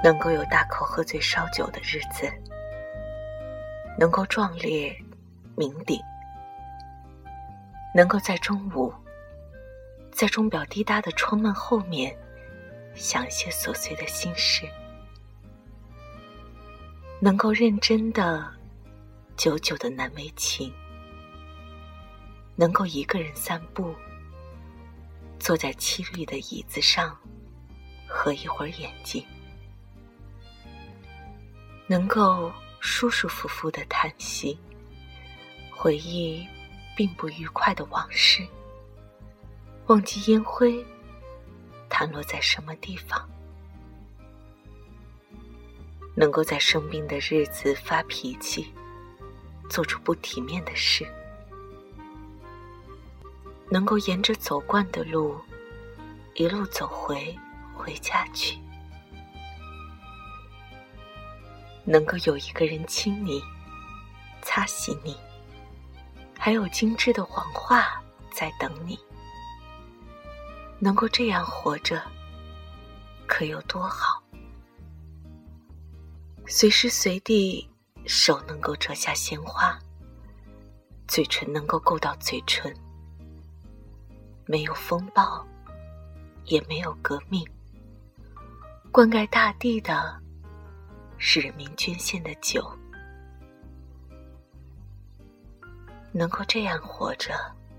能够有大口喝醉烧酒的日子，能够壮烈酩酊，能够在中午，在钟表滴答的窗门后面想一些琐碎的心事，能够认真的久久的难为情，能够一个人散步，坐在漆绿的椅子上合一会儿眼睛，能够舒舒服服的叹息，回忆并不愉快的往事，忘记烟灰弹落在什么地方，能够在生病的日子发脾气，做出不体面的事，能够沿着走惯的路一路走回家去，能够有一个人亲你，擦洗你，还有精致的谎话在等你，能够这样活着可有多好？随时随地手能够折下鲜花，嘴唇能够够到嘴唇，没有风暴，也没有革命，灌溉大地的是人民捐献的酒，能够这样活着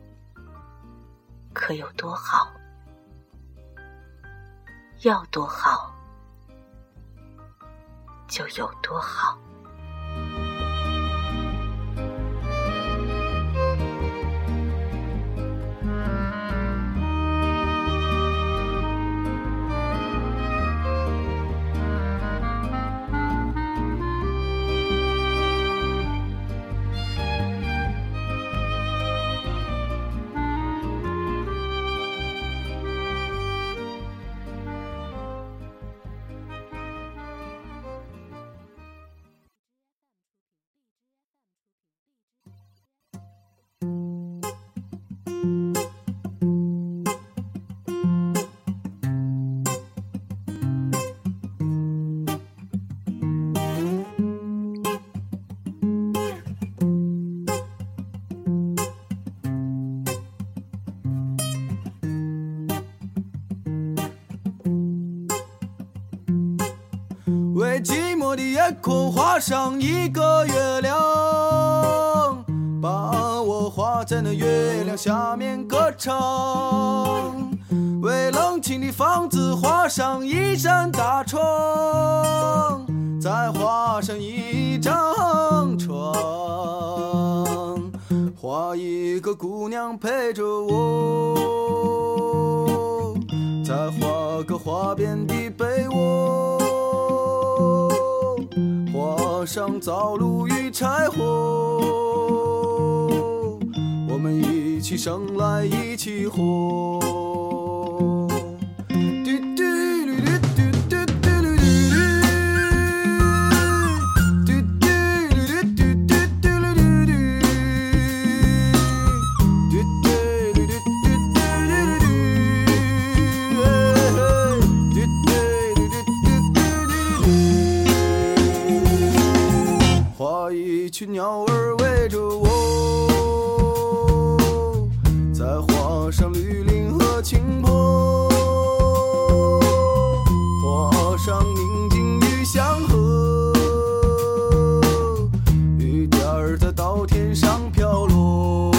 可有多好？要多好就有多好。 为寂寞的夜空画上一个月亮，把我画在那月亮下面歌唱。为冷清的房子画上一扇大窗，再画上一张床，画一个姑娘陪着我，再画个花边的被窝，画上灶炉与柴火，我们一起生来一起活。一群鸟儿围着我，再画上绿林和青坡，画上宁静与祥和，雨点儿在稻田上飘落，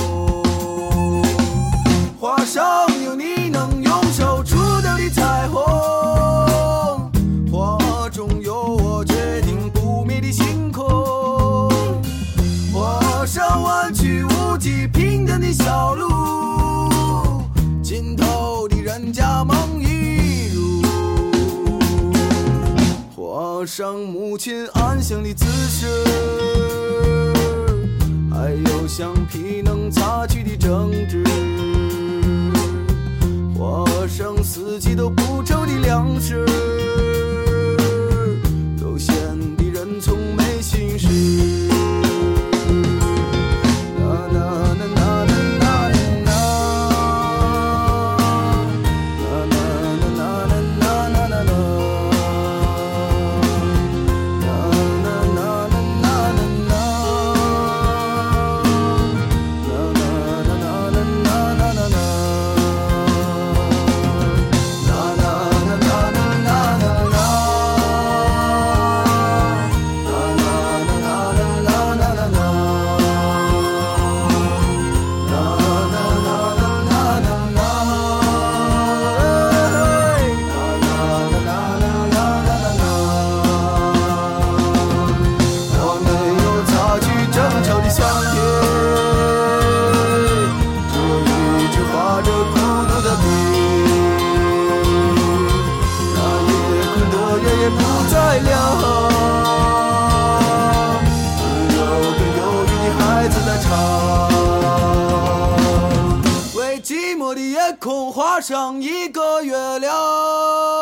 画上有你能用手触到的彩虹，画中有我决定不灭的星空，上弯曲无际平坦的小路，尽头的人家梦一如，画上母亲安详的姿势，还有橡皮能擦去的争执，画上四季都不愁的粮食，悠闲的人从没心事。 空画上一个月亮。